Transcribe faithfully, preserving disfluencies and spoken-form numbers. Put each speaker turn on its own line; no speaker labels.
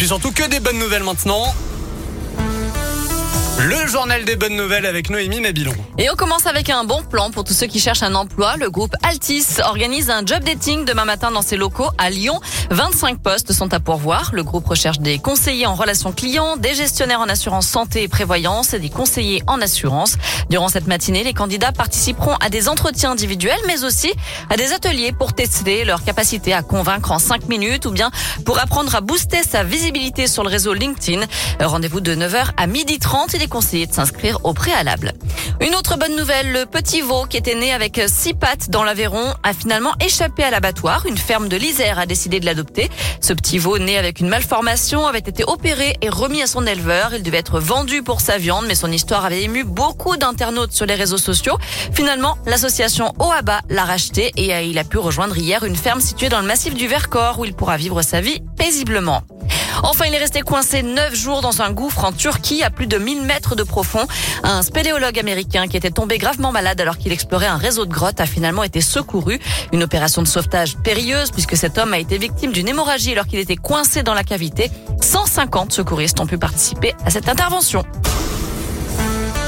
puis surtout que des bonnes nouvelles maintenant. Le journal des bonnes nouvelles avec Noémie Mabilon.
Et on commence avec un bon plan pour tous ceux qui cherchent un emploi. Le groupe Altis organise un job dating demain matin dans ses locaux à Lyon. vingt-cinq postes sont à pourvoir. Le groupe recherche des conseillers en relations clients, des gestionnaires en assurance santé et prévoyance et des conseillers en assurance. Durant cette matinée, les candidats participeront à des entretiens individuels, mais aussi à des ateliers pour tester leur capacité à convaincre en cinq minutes ou bien pour apprendre à booster sa visibilité sur le réseau LinkedIn. Rendez-vous de neuf heures à midi trente. Il est conseillé de s'inscrire au préalable. Une autre bonne nouvelle, le petit veau qui était né avec six pattes dans l'Aveyron a finalement échappé à l'abattoir. Une ferme de l'Isère a décidé de l'adopter. Ce petit veau né avec une malformation avait été opéré et remis à son éleveur. Il devait être vendu pour sa viande, mais son histoire avait ému beaucoup d'internautes sur les réseaux sociaux. Finalement, l'association Oaba l'a racheté et il a pu rejoindre hier une ferme située dans le massif du Vercors où il pourra vivre sa vie paisiblement. Enfin, il est resté coincé neuf jours dans un gouffre en Turquie à plus de mille mètres de profond. Un spéléologue américain qui était tombé gravement malade alors qu'il explorait un réseau de grottes a finalement été secouru. Une opération de sauvetage périlleuse puisque cet homme a été victime d'une hémorragie alors qu'il était coincé dans la cavité. cent cinquante secouristes ont pu participer à cette intervention.